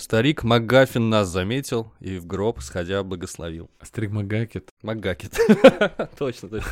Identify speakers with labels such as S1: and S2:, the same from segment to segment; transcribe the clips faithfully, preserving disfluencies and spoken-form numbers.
S1: Старик МакГаффин нас заметил и в гроб сходя благословил.
S2: Старик МакГакет.
S1: МакГакет. Точно, точно.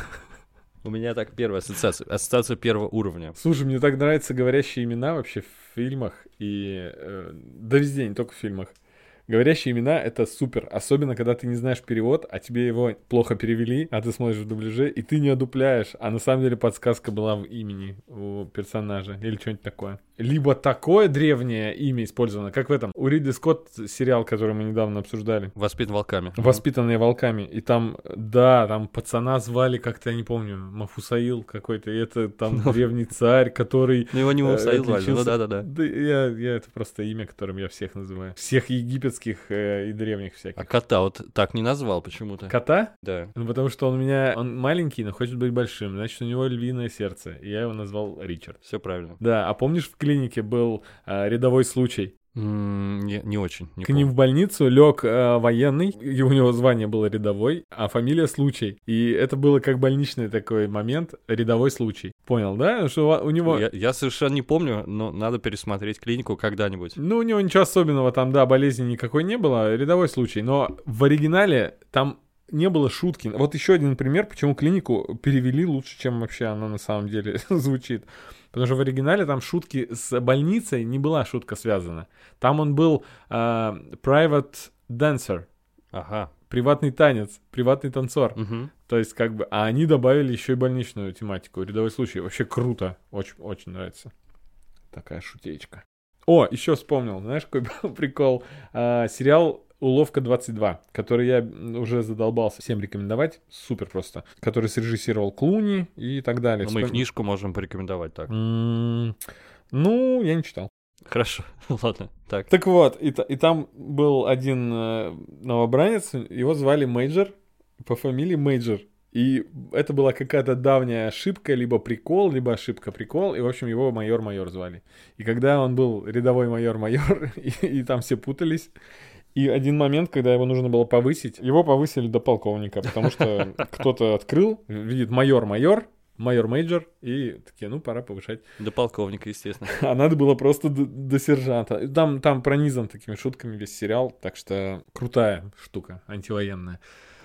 S1: У меня так первая ассоциация. Ассоциация первого уровня.
S2: Слушай, мне так нравятся говорящие имена вообще в фильмах и... Э, да везде, не только в фильмах. Говорящие имена — это супер. Особенно, когда ты не знаешь перевод, а тебе его плохо перевели, а ты смотришь в дубляже, и ты не одупляешь. А на самом деле подсказка была в имени у персонажа или что-нибудь такое. Либо такое древнее имя использовано, как в этом. У Ридли Скотт сериал, который мы недавно обсуждали.
S1: Воспитан волками.
S2: «Воспитанные волками». И там, да, там пацана звали как-то, я не помню, Мафусаил какой-то. И это там древний царь, который...
S1: Ну, его не Мафусаил звали, ну да-да-да.
S2: Да, я, я это просто имя, которым я всех называю. Всех египетских э, и древних всяких.
S1: А кота вот так не назвал почему-то.
S2: Кота?
S1: Да.
S2: Ну, потому что он у меня... Он маленький, но хочет быть большим. Значит, у него львиное сердце. И я его назвал Ричард.
S1: Все правильно.
S2: Да, а помнишь, в клинике был э, рядовой случай?
S1: Mm, не, не очень. Не
S2: К помню. Ним в больницу лег э, военный, и у него звание было рядовой, а фамилия Случай. И это было как больничный такой момент, рядовой случай. Понял, да? Что у него...
S1: Я, я совершенно не помню, но надо пересмотреть клинику когда-нибудь.
S2: Ну, у него ничего особенного там, да, болезни никакой не было, рядовой случай. Но в оригинале там не было шутки. Вот еще один пример, почему клинику перевели лучше, чем вообще она на самом деле звучит. Потому что в оригинале там шутки с больницей не была шутка связана. Там он был э, private dancer.
S1: Ага.
S2: Приватный танец, приватный танцор.
S1: Угу.
S2: То есть как бы... А они добавили еще и больничную тематику. Рядовой случай. Вообще круто. Очень, очень нравится. Такая шутеечка. О, еще вспомнил. Знаешь, какой был прикол? Э, сериал «Уловка двадцать два», который я уже задолбался всем рекомендовать. Супер просто. Который срежиссировал Клуни и так далее.
S1: Ну, мы книжку можем порекомендовать так.
S2: Mm, ну, я не читал.
S1: Хорошо, ладно, так.
S2: Так вот, и, и там был один э, новобранец, его звали Мейджор, по фамилии Мейджор. И это была какая-то давняя ошибка, либо прикол, либо ошибка-прикол, и, в общем, его майор-майор звали. И когда он был рядовой майор-майор, и, и там все путались, и один момент, когда его нужно было повысить, его повысили до полковника, потому что кто-то открыл, видит майор-майор, майор-мейджор, и такие, ну, пора повышать.
S1: До полковника, естественно.
S2: А надо было просто до, до сержанта. Там, там пронизан такими шутками весь сериал, так что крутая штука, антивоенная.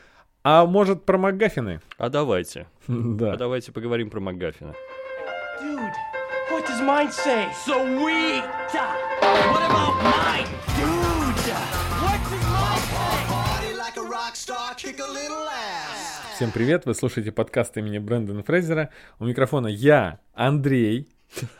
S2: А может, про МакГаффины?
S1: А давайте.
S2: Да.
S1: А давайте поговорим про МакГаффина.
S3: Dude, what does mine say? Sweet! What about mine? Dude! What does mine say? Party like a rock star, kick a little ass.
S2: Всем привет, вы слушаете подкаст имени Брэндона Фрейзера. У микрофона я, Андрей.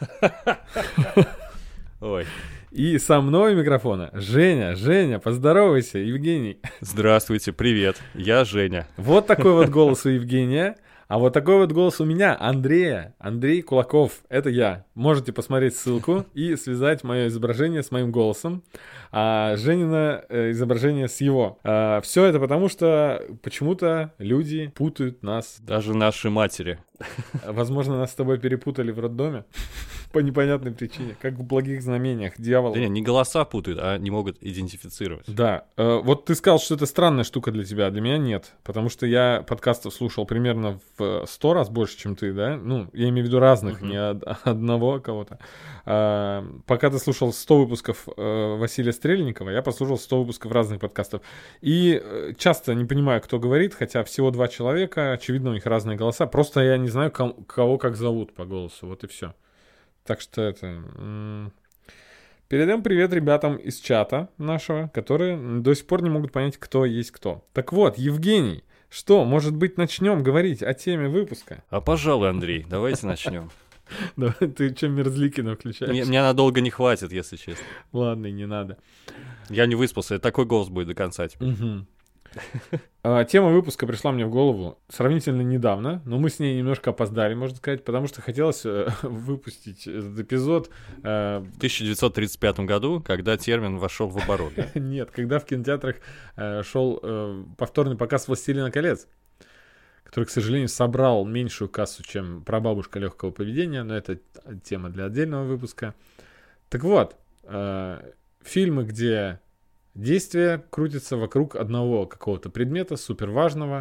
S1: Ой.
S2: И со мной у микрофона Женя. Женя, поздоровайся, Евгений.
S1: Здравствуйте, привет, я Женя.
S2: Вот такой вот голос у Евгения. А вот такой вот голос у меня, Андрея. Андрей Кулаков, это я. Можете посмотреть ссылку и связать мое изображение с моим голосом, а Женина э, изображение с его. А, все это потому, что почему-то люди путают нас.
S1: Даже наши матери.
S2: Возможно, нас с тобой перепутали в роддоме по непонятной причине, как в «Благих знамениях». Дьявол.
S1: Да не, не голоса путают, а не могут идентифицировать.
S2: Да. Э, вот ты сказал, что это странная штука для тебя, а для меня нет. Потому что я подкастов слушал примерно в сто раз больше, чем ты, да? Ну, я имею в виду разных, uh-huh. не од- одного кого-то. А, пока ты слушал сто выпусков э, Василия Стрельникова, я послушал сто выпусков разных подкастов. И э, часто не понимаю, кто говорит, хотя всего два человека, очевидно, у них разные голоса. Просто я не знаю, ком- кого как зовут по голосу, вот и все. Так что это... М- Передаем привет ребятам из чата нашего, которые до сих пор не могут понять, кто есть кто. Так вот, Евгений, что, может быть, начнем говорить о теме выпуска?
S1: А пожалуй, Андрей, давайте начнем.
S2: Давай, ты что, Мерзликина включаешь?
S1: Мне, мне надолго не хватит, если честно.
S2: Ладно, не надо.
S1: Я не выспался, такой голос будет до конца теперь.
S2: Угу. А, тема выпуска пришла мне в голову сравнительно недавно, но мы с ней немножко опоздали, можно сказать, потому что хотелось э, выпустить этот эпизод... Э,
S1: в тысяча девятьсот тридцать пятом году, когда термин вошел в оборот. Да?
S2: Нет, когда в кинотеатрах э, шел э, повторный показ «Властелина колец», который, к сожалению, собрал меньшую кассу, чем «Прабабушка легкого поведения», но это тема для отдельного выпуска. Так вот, э, фильмы, где действие крутится вокруг одного какого-то предмета, суперважного,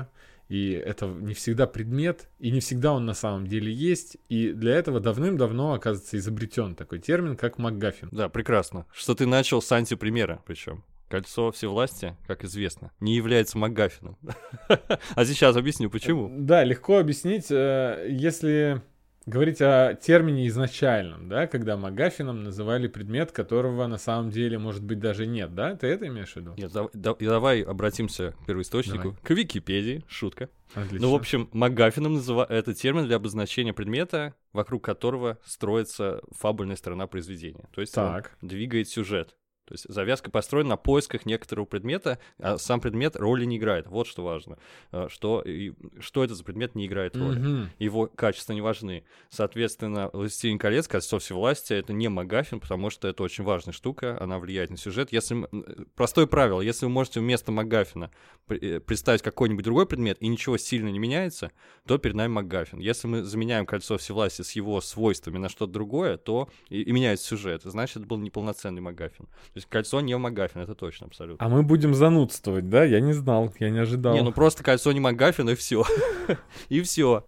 S2: И это не всегда предмет, и не всегда он на самом деле есть. И для этого давным-давно, оказывается, изобретен такой термин, как МакГаффин.
S1: Да, прекрасно. Что ты начал с антипримера, причем. Кольцо всевластия, как известно, не является МакГаффином. А сейчас объясню, почему.
S2: Да, легко объяснить, если говорить о термине изначальном, да, когда МакГаффином называли предмет, которого на самом деле, может быть, даже нет, да? Ты это имеешь в виду?
S1: Нет, да, да, давай обратимся к первоисточнику,
S2: Давай.
S1: к Википедии, шутка.
S2: Отлично.
S1: Ну, в общем, МакГаффином называют это термин для обозначения предмета, вокруг которого строится фабульная сторона произведения. То есть
S2: Так.
S1: он двигает сюжет. То есть завязка построена на поисках некоторого предмета, а сам предмет роли не играет. Вот что важно. Что, и, что это за предмет не играет роли.
S2: Мгм.
S1: Его качества не важны. Соответственно, «Властелин колец», «Кольцо всевластия» — это не МакГаффин, потому что это очень важная штука, она влияет на сюжет. Если мы- Простое правило, если вы можете вместо МакГаффина при- представить какой-нибудь другой предмет, и ничего сильно не меняется, то перед нами МакГаффин. Если мы заменяем «Кольцо всевластия» с его свойствами на что-то другое, то и, и меняется сюжет. Значит, это был неполноценный МакГаффин. То есть кольцо не МакГаффин, это точно, абсолютно.
S2: А мы будем занудствовать, да? Я не знал, я не ожидал.
S1: Не, ну просто кольцо не МакГаффин, и все. И все.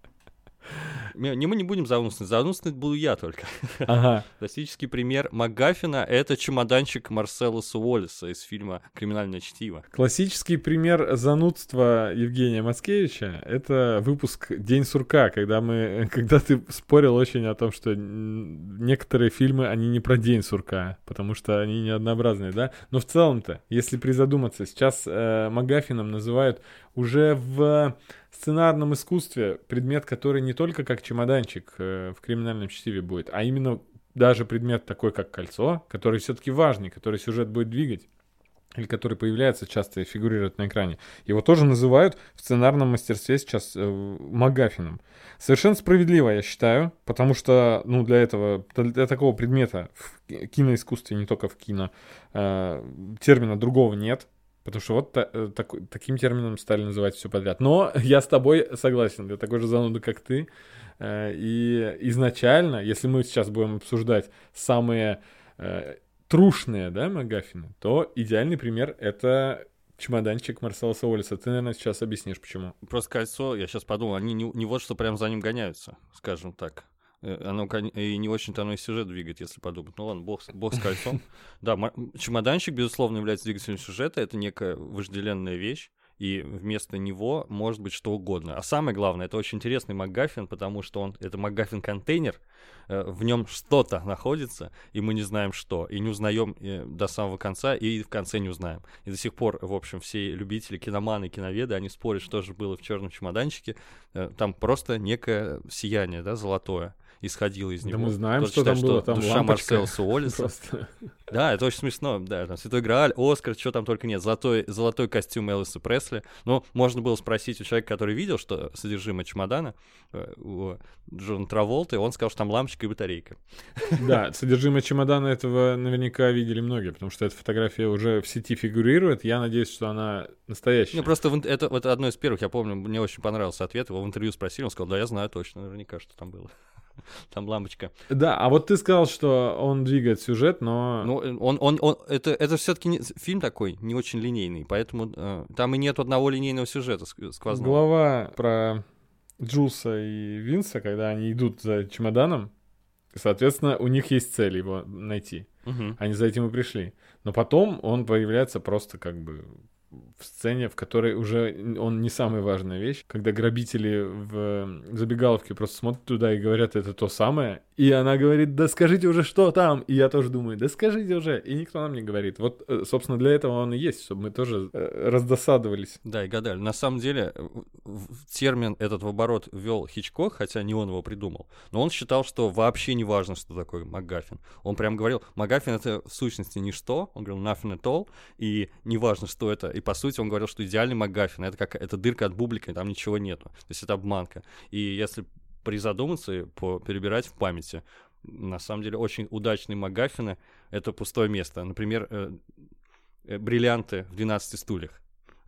S1: Не, мы не будем занудствовать, занудствовать буду я только.
S2: Ага.
S1: Классический пример МакГаффина — это чемоданчик Марселоса Уоллеса из фильма «Криминальное чтиво».
S2: Классический пример занудства Евгения Мацкевича — это выпуск «День сурка», когда мы, когда ты спорил очень о том, что н- некоторые фильмы, они не про День сурка, потому что они не однообразные, да? Но в целом-то, если призадуматься, сейчас э, МакГаффином называют уже в сценарном искусстве предмет, который не только как чемоданчик э, в «Криминальном чтиве» будет, а именно даже предмет такой, как кольцо, который все-таки важный, который сюжет будет двигать, или который появляется часто и фигурирует на экране. Его тоже называют в сценарном мастерстве сейчас э, МакГаффином. Совершенно справедливо, я считаю, потому что, ну, для этого, для такого предмета в киноискусстве, не только в кино, э, термина другого нет. Потому что вот та, э, так, таким термином стали называть все подряд. Но я с тобой согласен, я такой же зануда, как ты. Э, и изначально, если мы сейчас будем обсуждать самые э, трушные, да, МакГаффины, то идеальный пример — это чемоданчик Марселоса Уоллеса. Ты, наверное, сейчас объяснишь, почему.
S1: Просто кольцо, я сейчас подумал, они не, не вот что прям за ним гоняются, скажем так. Э, Оно кон- и не очень-то оно и сюжет двигает, если подумать. Ну ладно, бог, с- бог с кольцом. Да, ма- чемоданчик, безусловно, является двигателем сюжета. Это некая вожделенная вещь. И вместо него может быть что угодно. А самое главное, это очень интересный МакГаффин, потому что он это МакГаффин-контейнер, э, в нем что-то находится, и мы не знаем что, и не узнаем э, до самого конца, и в конце не узнаем. И до сих пор, в общем, все любители, киноманы, киноведы, они спорят, что же было в черном чемоданчике. Э, там просто некое сияние, да, золотое исходило из
S2: Да
S1: него.
S2: мы знаем,
S1: Кто-то
S2: что
S1: считает,
S2: там было, там
S1: душа
S2: лампочка.
S1: Марселоса Уоллеса.
S2: Просто.
S1: Да, это очень смешно, да, там Святой Грааль, Оскар, что там только нет, золотой, золотой костюм Элвиса Пресли. Но можно было спросить у человека, который видел, что содержимое чемодана э, у Джона Траволты, он сказал, что там лампочка и батарейка.
S2: Да, содержимое чемодана этого наверняка видели многие, потому что эта фотография уже в сети фигурирует. Я надеюсь, что она настоящая.
S1: Ну, просто в ин- это, это одно из первых, я помню, мне очень понравился ответ, его в интервью спросили, он сказал, да, я знаю точно, наверняка, что там было. Там лампочка.
S2: Да, а вот ты сказал, что он двигает сюжет, но...
S1: Ну, он, он, он, это, это все-таки фильм такой, не очень линейный, поэтому э, там и нет одного линейного сюжета ск- сквозного.
S2: Глава про Джулса и Винса, когда они идут за чемоданом, соответственно, у них есть цель его найти.
S1: Мгм.
S2: Они за этим и пришли. Но потом он появляется просто как бы в сцене, в которой уже он не самая важная вещь, когда грабители в забегаловке просто смотрят туда и говорят, это то самое, и она говорит, да скажите уже, что там, и я тоже думаю, да скажите уже, и никто нам не говорит. Вот, э, собственно, для этого он и есть, чтобы мы тоже э, раздосадовались.
S1: Да, и гадали. На самом деле, в- в- термин этот в оборот ввел Хичкок, хотя не он его придумал. Но он считал, что вообще не важно, что такое МакГаффин. Он прям говорил, МакГаффин — это в сущности ничто. Он говорил nothing at all, и не важно, что это. И по сути он говорил, что идеальный МакГаффин — это как это дырка от бублика, и там ничего нету. То есть это обманка. И если призадуматься и по- перебирать в памяти, на самом деле очень удачные МакГаффины — это пустое место. Например, э, э, бриллианты в двенадцати стульях.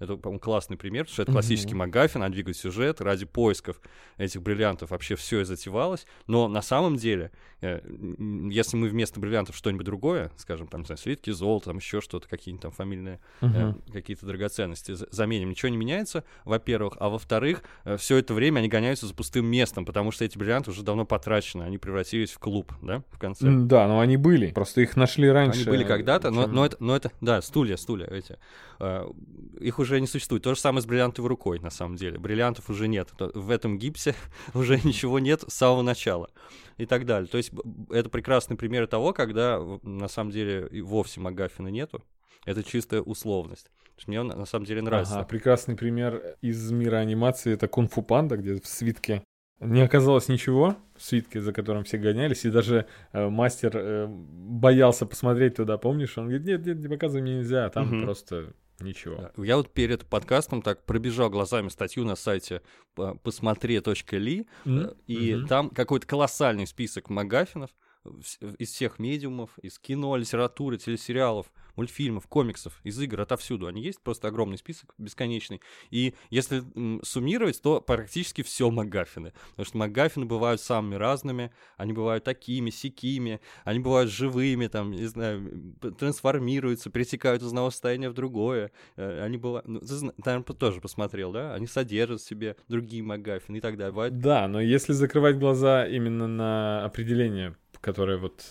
S1: Это, по-моему, классный пример, потому что это классический МакГаффин, он двигает сюжет, ради поисков этих бриллиантов вообще все и затевалось, но на самом деле, э, если мы вместо бриллиантов что-нибудь другое, скажем, там, не знаю, слитки золота, там еще что-то, какие-нибудь там фамильные, э, какие-то драгоценности заменим, ничего не меняется, во-первых, а во-вторых, э, все это время они гоняются за пустым местом, потому что эти бриллианты уже давно потрачены, они превратились в клуб, да, в конце.
S2: Да, но они были, просто их нашли раньше.
S1: Они были когда-то,
S2: чем...
S1: но, но, это, но это, да, стулья, стулья эти, э, их уже не существует. То же самое с бриллиантовой рукой, на самом деле. Бриллиантов уже нет. В этом гипсе уже ничего нет с самого начала. И так далее. То есть это прекрасный пример того, когда на самом деле и вовсе МакГаффина нету. Это чистая условность. Мне на самом деле нравится.
S2: Ага, прекрасный пример из мира анимации — это Кунг-фу Панда, где в свитке не оказалось ничего, в свитке, за которым все гонялись, и даже э, мастер э, боялся посмотреть туда, помнишь? Он говорит, нет, нет, не показывай, мне нельзя, а там угу. просто ничего.
S1: Да. Я вот перед подкастом так пробежал глазами статью на сайте посмотри точка ли, mm-hmm. и mm-hmm. там какой-то колоссальный список МакГаффинов из всех медиумов, из кино, литературы, телесериалов, мультфильмов, комиксов, из игр, отовсюду. Они есть, просто огромный список, бесконечный. И если м, суммировать, то практически все МакГаффины. Потому что МакГаффины бывают самыми разными, они бывают такими, сякими, они бывают живыми, там, не знаю, трансформируются, перетекают из одного состояния в другое. Они бывают... Ну, ты, наверное, тоже посмотрел, да? Они содержат в себе другие МакГаффины и так далее. Бывает...
S2: Да, но если закрывать глаза именно на определение, которое вот...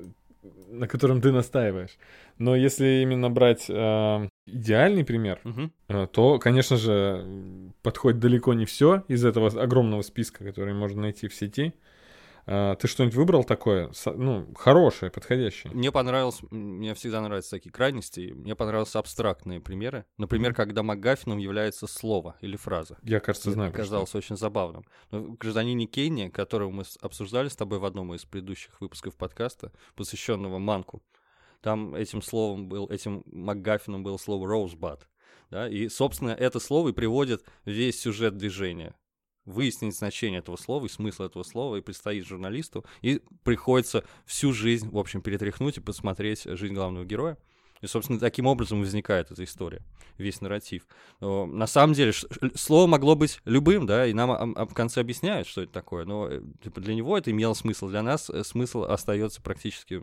S2: на котором ты настаиваешь. Но если именно брать э, идеальный пример, uh-huh. э, то, конечно же, подходит далеко не все из этого огромного списка, который можно найти в сети. Э, ты что-нибудь выбрал такое, со, ну, хорошее, подходящее?
S1: Мне понравилось, мне всегда нравятся такие крайности, мне понравились абстрактные примеры. Например, когда МакГаффином является слово или фраза.
S2: Я, кажется,
S1: Мне
S2: знаю.
S1: Это казалось очень забавным. Но гражданине Кенни, которого мы обсуждали с тобой в одном из предыдущих выпусков подкаста, посвященного Манку, там этим словом был, этим МакГаффином было слово «rosebud». Да? И, собственно, это слово и приводит весь сюжет движения. Выяснить значение этого слова и смысл этого слова, и предстоит журналисту, и приходится всю жизнь, в общем, перетряхнуть и посмотреть жизнь главного героя. И, собственно, таким образом возникает эта история, весь нарратив. Но, на самом деле, ш- слово могло быть любым, да, и нам а- а в конце объясняют, что это такое, но типа, для него это имело смысл, для нас смысл остается практически...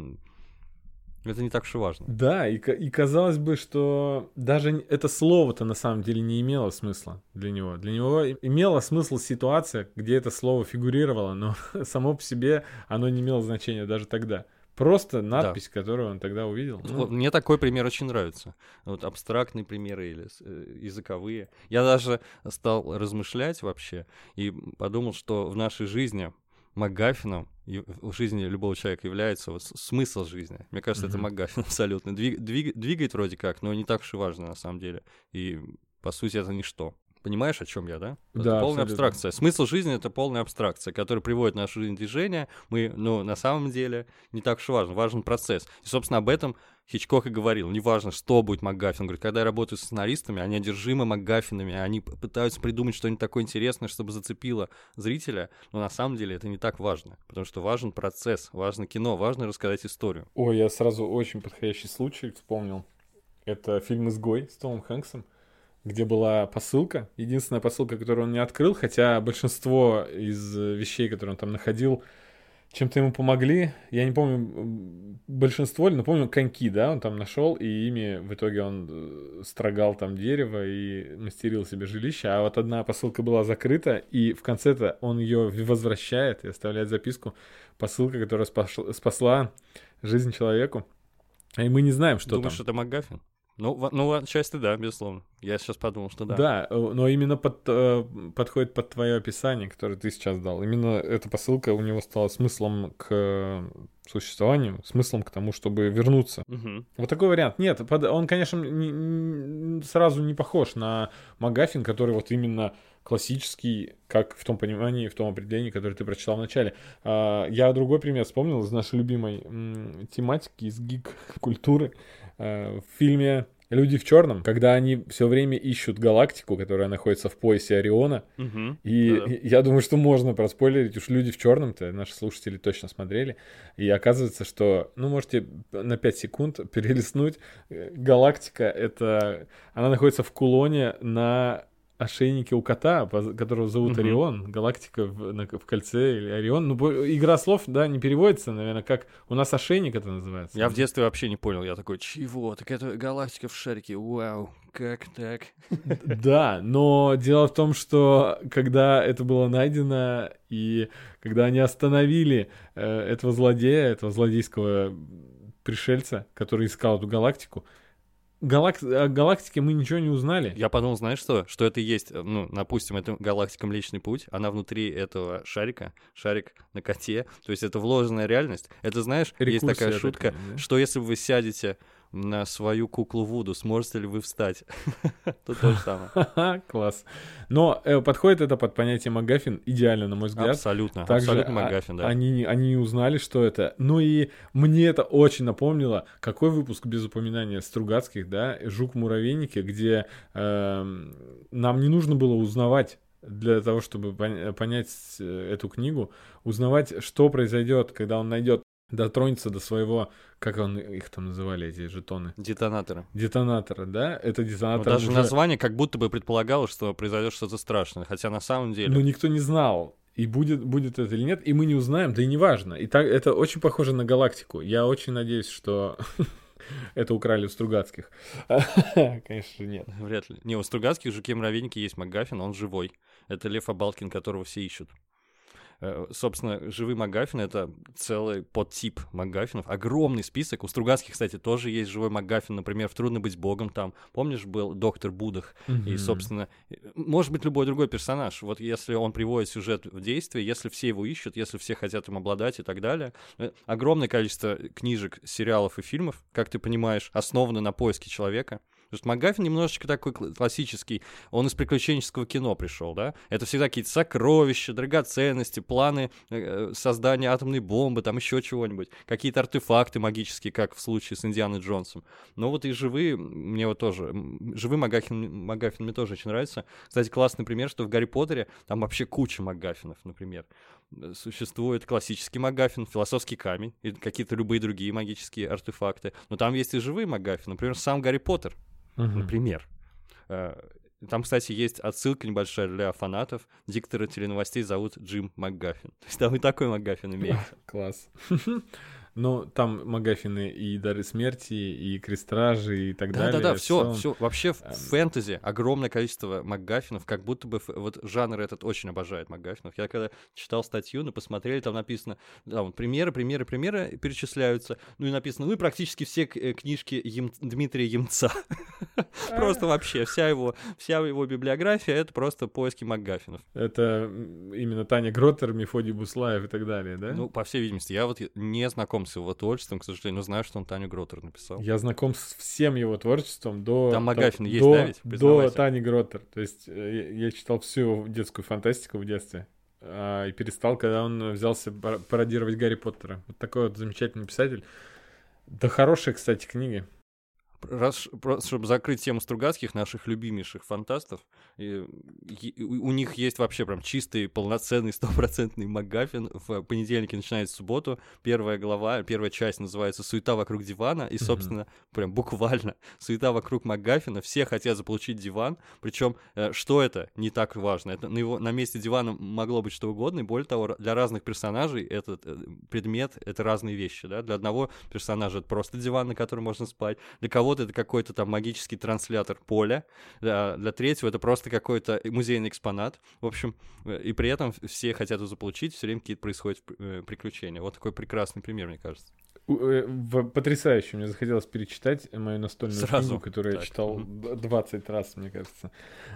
S1: Это не так уж и важно.
S2: Да, и, и казалось бы, что даже это слово-то на самом деле не имело смысла для него. Для него имело смысл ситуация, где это слово фигурировало, но само по себе оно не имело значения даже тогда. Просто надпись, да. которую он тогда увидел. Ну.
S1: Вот, мне такой пример очень нравится. Вот абстрактные примеры или э, языковые. Я даже стал размышлять вообще и подумал, что в нашей жизни МакГаффином в жизни любого человека является вот смысл жизни. Мне кажется, mm-hmm. это МакГаффин абсолютно. Двиг, двиг, двигает вроде как, но не так уж и важно на самом деле. И, по сути, это ничто. Понимаешь, о чем я, да?
S2: Да,
S1: это полная
S2: абсолютно.
S1: абстракция. Смысл жизни — это полная абстракция, которая приводит нашу жизнь в движение. Мы, ну, на самом деле, не так уж и важно. Важен процесс. И, собственно, об этом Хичкок и говорил. Неважно, что будет МакГаффин. Он говорит, когда я работаю с сценаристами, они одержимы МакГаффинами, они пытаются придумать что-нибудь такое интересное, чтобы зацепило зрителя, но на самом деле это не так важно, потому что важен процесс, важно кино, важно рассказать историю.
S2: Ой, я сразу очень подходящий случай вспомнил. Это фильм «Изгой» с Томом Хэнксом, где была посылка, единственная посылка, которую он не открыл, хотя большинство из вещей, которые он там находил, чем-то ему помогли. Я не помню большинство ли, но помню коньки, да, он там нашел, и ими в итоге он строгал там дерево и мастерил себе жилище. А вот одна посылка была закрыта, и в конце-то он ее возвращает и оставляет записку. Посылка, которая спасла, спасла жизнь человеку. И мы не знаем, что
S1: Думаешь,
S2: там.
S1: Думаешь, это МакГаффин? Ну, ну, отчасти да, безусловно. Я сейчас подумал, что да.
S2: Да, но именно под, подходит под твое описание, которое ты сейчас дал. Именно эта посылка у него стала смыслом к существованию, смыслом к тому, чтобы вернуться.
S1: Угу.
S2: Вот такой вариант. Нет, он, конечно, не, не, сразу не похож на МакГаффин, который вот именно классический, как в том понимании, в том определении, которое ты прочитал в начале. Я другой пример вспомнил из нашей любимой тематики, из гик-культуры. В фильме Люди в черном, когда они все время ищут галактику, которая находится в поясе Ориона.
S1: Угу.
S2: И
S1: Да-да.
S2: я думаю, что можно проспойлерить. Уж люди в черном-то наши слушатели точно смотрели. И оказывается, что, ну, можете на пять секунд перелистнуть. Галактика, это... Она находится в кулоне на ошейнике у кота, по- которого зовут
S1: Мгм.
S2: Орион. Галактика в, на- в кольце или Орион. Ну, бо- игра слов, да, не переводится, наверное, как... У нас ошейник это называется.
S1: Я в детстве вообще не понял. Я такой, чего? Так это галактика в шарике. Вау, как так?
S2: Да, но дело в том, что когда это было найдено, и когда они остановили э, этого злодея, этого злодейского пришельца, который искал эту галактику, галак- о галактике мы ничего не узнали.
S1: Я подумал, знаешь что? Что это и есть, э, ну, допустим, это галактика Млечный Путь, она внутри этого шарика, шарик на коте, то есть это вложенная реальность. Это, знаешь, есть
S2: Рекурсия
S1: такая
S2: такая,
S1: шутка,
S2: да?
S1: что если вы сядете на свою куклу Вуду, сможете ли вы встать? Тут то же самое.
S2: Ха-ха, класс. Но э, подходит это под понятие МакГаффин идеально, на мой взгляд.
S1: Абсолютно,
S2: Также
S1: абсолютно
S2: а-
S1: МакГаффин, да.
S2: они, они не узнали, что это. Ну и мне это очень напомнило, какой выпуск без упоминания Стругацких, да, «Жук в муравейнике», где эм, нам не нужно было узнавать для того, чтобы пон- понять э, эту книгу, узнавать, что произойдет, когда он найдет, дотронется до своего, как он их там называли, эти жетоны,
S1: Детонаторы.
S2: детонатора, да, это
S1: Ну,
S2: детонатор
S1: даже
S2: уже-
S1: название как будто бы предполагало, что произойдет что-то страшное, хотя на самом деле...
S2: Но никто не знал, и будет, будет это или нет, и мы не узнаем, да и неважно. И так, это очень похоже на галактику. Я очень надеюсь, что это украли у Стругацких. Конечно, нет.
S1: Вряд ли. Не, у Стругацких жуки-муравейники есть МакГаффин, он живой. Это Лев Абалкин, которого все ищут. Э, Собственно, живые МакГаффины — это целый подтип МакГаффинов. Огромный список. У Стругацких, кстати, тоже есть живой МакГаффин. Например, в «Трудно быть богом» там. Помнишь, был доктор Будах? И,
S2: Мгм.
S1: собственно, э, может быть, любой другой персонаж. Вот если он приводит сюжет в действие, если все его ищут, если все хотят им обладать и так далее. Э, Огромное количество книжек, сериалов и фильмов, как ты понимаешь, основано на поиске человека. Потому что МакГаффин немножечко такой кл- классический, он из приключенческого кино пришел, да? Это всегда какие-то сокровища, драгоценности, планы э, создания атомной бомбы, там еще чего-нибудь, какие-то артефакты магические, как в случае с Индианой Джонсом. Но вот и живые, мне вот тоже, м, живые МакГаффин, МакГаффин мне тоже очень нравится. Кстати, классный пример, что в «Гарри Поттере» там вообще куча МакГаффинов, например. Э, Существует классический МакГаффин, философский камень и какие-то любые другие магические артефакты. Но там есть и живые МакГаффины, например, сам Гарри Поттер.
S2: Мгм.
S1: Например. Э, Там, кстати, есть отсылка небольшая для фанатов. Диктора теленовостей зовут Джим МакГаффин. То есть там и такой МакГаффин имеется.
S2: Класс. Ну, там МакГаффины и Дары Смерти, и Крестражи, и так далее.
S1: Да-да-да,
S2: В
S1: все,
S2: целом,
S1: все. Вообще в
S2: эм,
S1: фэнтези огромное количество МакГаффинов, как будто бы ф- вот жанр этот очень обожает МакГаффинов. Я когда читал статью, ну, посмотрели, там написано, да, вот примеры, примеры, примеры перечисляются, ну и написано, ну и практически все к- э, книжки Ем- Дмитрия Емца. Просто вообще вся его, вся его библиография — это просто поиски МакГаффинов.
S2: Это м, именно Таня Гроттер, Мефодий Буслаев и так далее, да?
S1: Ну, по всей видимости, я вот не знаком с его творчеством, к сожалению, но знаю, что он Таню Гроттер написал.
S2: Я знаком с всем его творчеством до...
S1: Там МакГаффин
S2: до-
S1: есть,
S2: до,
S1: да, ведь?
S2: До
S1: Признавайся.
S2: Тани Гроттер. То есть э, я, я читал всю его детскую фантастику в детстве. а, и перестал, когда он взялся пар- пародировать Гарри Поттера. Вот такой вот замечательный писатель. Да хорошие, кстати, книги.
S1: Раз, просто чтобы закрыть тему Стругацких, наших любимейших фантастов, и, и- у у них есть вообще прям чистый, полноценный, стопроцентный МакГаффин. В понедельнике начинается субботу. Первая глава, первая часть называется «Суета вокруг дивана». И,
S2: Мгм.
S1: собственно, прям буквально суета вокруг МакГаффина. Все хотят заполучить диван. Причем, э, что это, не так важно. Это на, его, на месте дивана могло быть что угодно. И более того, для разных персонажей этот э, предмет — это разные вещи. Да? Для одного персонажа это просто диван, на котором можно спать. Для кого-то это какой-то там магический транслятор поля. Для, для третьего это просто какой-то музейный экспонат. В общем, э, и при этом все хотят его заполучить. Все время какие-то происходят э, приключения. Вот такой прекрасный пример, мне кажется.
S2: У- э, в- Потрясающе. Мне захотелось перечитать мою настольную
S1: Сразу.
S2: книгу, которую я
S1: Так,
S2: читал
S1: мгм.
S2: д- двадцать раз, мне кажется.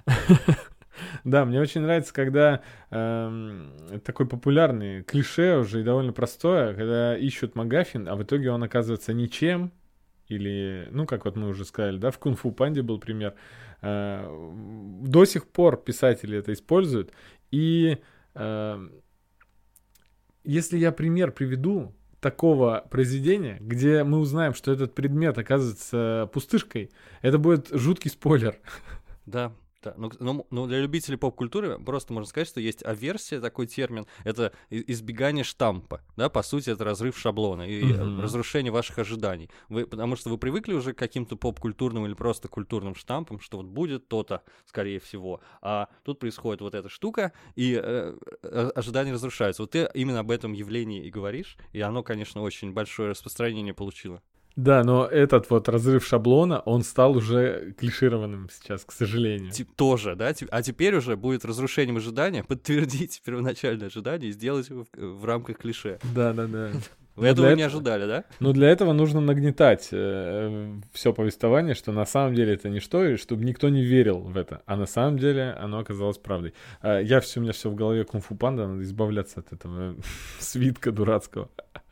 S2: Да, мне очень нравится, когда эм, такой популярный клише уже и довольно простое, когда ищут МакГаффин, а в итоге он оказывается ничем. Или, ну, как вот мы уже сказали, да, в «Кунг-фу панде» был пример. Э, До сих пор писатели это используют. И э, если я пример приведу, такого произведения, где мы узнаем, что этот предмет оказывается пустышкой, это будет жуткий спойлер.
S1: Да. Да, но, но, но для любителей поп-культуры просто можно сказать, что есть аверсия, такой термин, это избегание штампа, да, по сути, это разрыв шаблона и mm-hmm. разрушение ваших ожиданий. Вы, потому что вы привыкли уже к каким-то поп-культурным или просто культурным штампам, что вот будет то-то, скорее всего, а тут происходит вот эта штука, и э, ожидания разрушаются. Вот ты именно об этом явлении и говоришь, и оно, конечно, очень большое распространение получило.
S2: Да, но этот вот разрыв шаблона, он стал уже клишированным сейчас, к сожалению.
S1: Тип, тоже, да? А теперь уже будет разрушением ожидания подтвердить первоначальное ожидание и сделать его в, в рамках клише.
S2: Да-да-да.
S1: Вы этого не ожидали, да?
S2: Но для этого нужно нагнетать э, все повествование, что на самом деле это ничто, и чтобы никто не верил в это. А на самом деле оно оказалось правдой. Э, я все, у меня все в голове кунг-фу панда, надо избавляться от этого свитка дурацкого.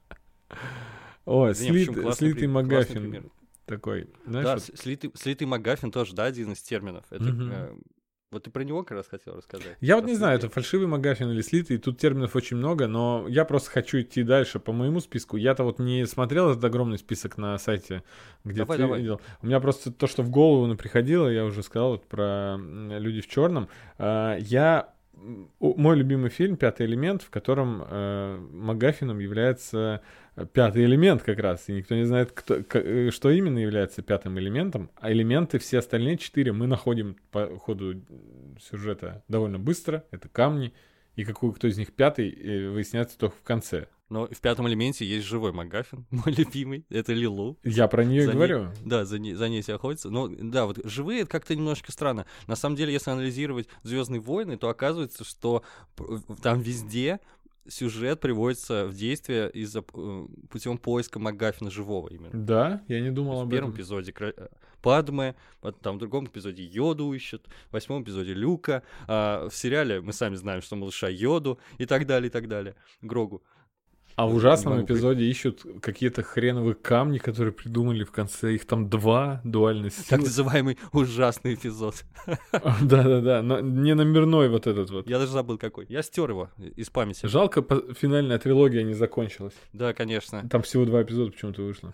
S2: Ой, да слит, нет, слитый МакГаффин такой. Знаешь,
S1: да,
S2: вот...
S1: слитый, слитый МакГаффин тоже, да, один из терминов. Это, uh-huh. э, вот ты про него как раз хотел рассказать.
S2: Я вот не знаю, это фальшивый МакГаффин или слитый, тут терминов очень много, но я просто хочу идти дальше по моему списку. Я-то вот не смотрел этот огромный список на сайте, где
S1: давай,
S2: ты
S1: давай.
S2: видел. У меня просто то, что в голову приходило, я уже сказал вот про «Люди в черном». Я... Мой любимый фильм «Пятый элемент», в котором э, МакГаффином является пятый элемент как раз, и никто не знает, кто, к, что именно является пятым элементом, а элементы все остальные четыре мы находим по ходу сюжета довольно быстро, это камни, и какой кто из них пятый выясняется только в конце.
S1: Но в «Пятом элементе» есть живой МакГаффин, мой любимый, это Лилу.
S2: Я про нее и говорю.
S1: Ней, да, за ней, за ней все охотятся. Но да, вот живые — это как-то немножко странно. На самом деле, если анализировать «Звездные войны», то оказывается, что там везде сюжет приводится в действие из-за путем поиска МакГаффина живого именно.
S2: Да, я не думал об этом.
S1: В первом эпизоде Падме, там в другом эпизоде Йоду ищут, в восьмом эпизоде Люка, а в сериале мы сами знаем, что малыша Йоду и так далее, и так далее, Грогу.
S2: А в ужасном эпизоде ищут какие-то хреновые камни, которые придумали в конце. Их там два, дуальность силы.
S1: Так называемый ужасный эпизод.
S2: Да-да-да, но не номерной вот этот вот.
S1: Я даже забыл какой. Я стер его из памяти.
S2: Жалко, финальная трилогия не закончилась.
S1: Да, конечно.
S2: Там всего два эпизода почему-то вышло.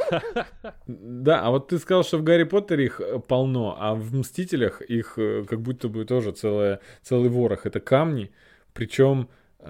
S2: Да, а вот ты сказал, что в «Гарри Поттере» их полно, а в «Мстителях» их как будто бы тоже целый ворох. Это камни, причем...